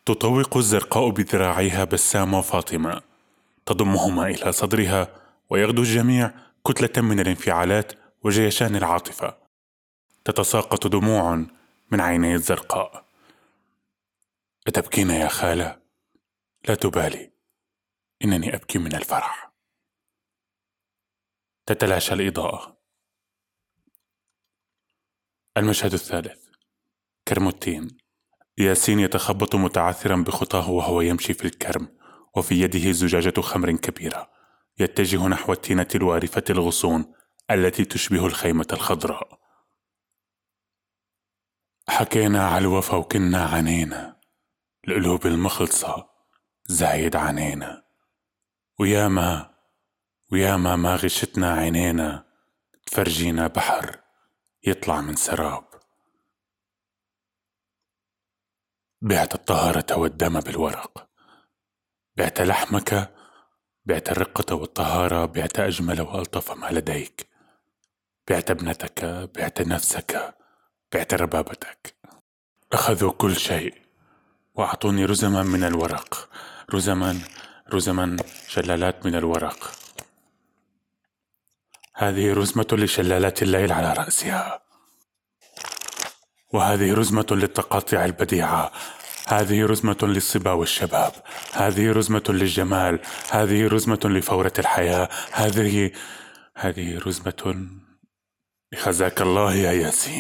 تطوق الزرقاء بذراعيها بسام وفاطمة، تضمهما إلى صدرها، ويغدو الجميع كتلة من الانفعالات وجيشان العاطفة. تتساقط دموع من عيني الزرقاء. أتبكين يا خالة؟ لا تبالي، إنني أبكي من الفرح. تتلاشى الإضاءة. المشهد الثالث. كرم التين. ياسين يتخبط متعثرا بخطاه وهو يمشي في الكرم، وفي يده زجاجة خمر كبيرة. يتجه نحو التينة الوارفة الغصون التي تشبه الخيمة الخضراء. حكينا على الوفا وكنا عنينا، القلوب المخلصة زايد عنينا، وياما ما غشتنا عينينا، تفرجينا بحر يطلع من سراب. بعت الطهارة والدم بالورق، بعت لحمك، بعت الرقة والطهارة، بعت أجمل وألطف ما لديك، بعت ابنتك، بعت نفسك، بعت ربابتك. أخذوا كل شيء وأعطوني رزما من الورق، رزما شلالات من الورق. هذه رزمة لشلالات الليل على رأسها، وهذه رزمة للتقاطع البديعة، هذه رزمة للصبا والشباب، هذه رزمة للجمال، هذه رزمة لفورة الحياة، هذه رزمة لخزاك الله يا ياسين.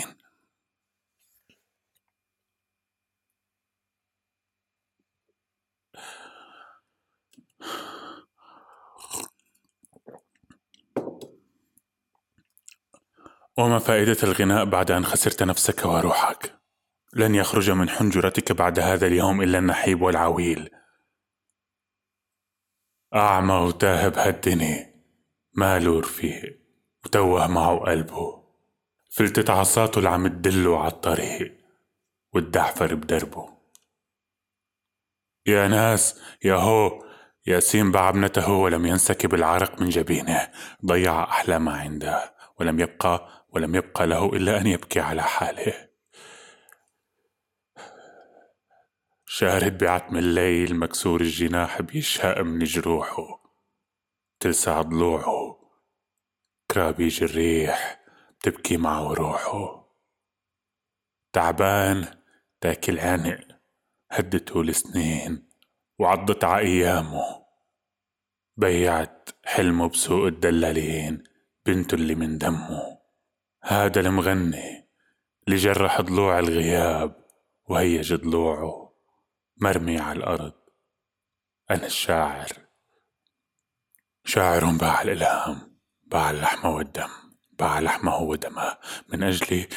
وما فائدة الغناء بعد أن خسرت نفسك وروحك؟ لن يخرج من حنجرتك بعد هذا اليوم إلا النحيب والعويل. أعمى وتاهب هدني، مالور فيه وتوه معه قلبه، فلتت عصاته اللي عم تدله عالطريق والدعفر بدربه. يا ناس، يا هو، ياسين باع ابنته ولم ينسكب العرق من جبينه، ضيع أحلى ما عنده، ولم يبقى له إلا أن يبكي على حاله. شارد بعتم الليل مكسور الجناح بيشهق من جروحه، تلسع ضلوعه، كرابيج الريح بتبكي معه روحه. تعبان تاكل عنق، هدته السنين وعضت ع أيامه، بيعت حلمه بسوق الدلالين، بنته اللي من دمه. هذا المغني اللي جرح ضلوع الغياب وهيج ضلوعه، مرمي على الأرض. أنا الشاعر، شاعر باع الإلهام، باع اللحم والدم، باع لحمه ودمه من أجل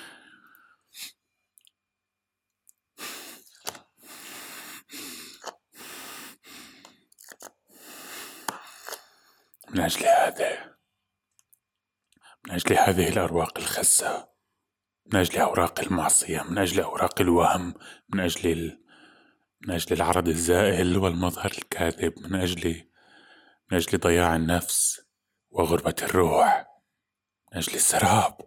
من أجل هذه الأرواق الخسة، من أجل أوراق المعصية، من أجل أوراق الوهم، من أجل العرض الزائل والمظهر الكاذب، من أجل ضياع النفس وغربة الروح، من أجل السراب.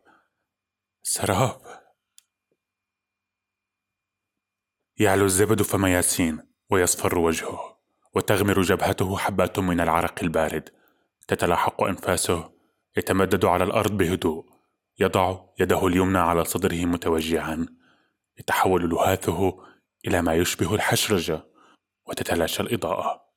يعلو الزبد فم ياسين ويصفر وجهه، وتغمر جبهته حبات من العرق البارد، تتلاحق أنفاسه، يتمدد على الأرض بهدوء، يضع يده اليمنى على صدره متوجعا، يتحول لهاثه إلى ما يشبه الحشرجة، وتتلاشى الإضاءة.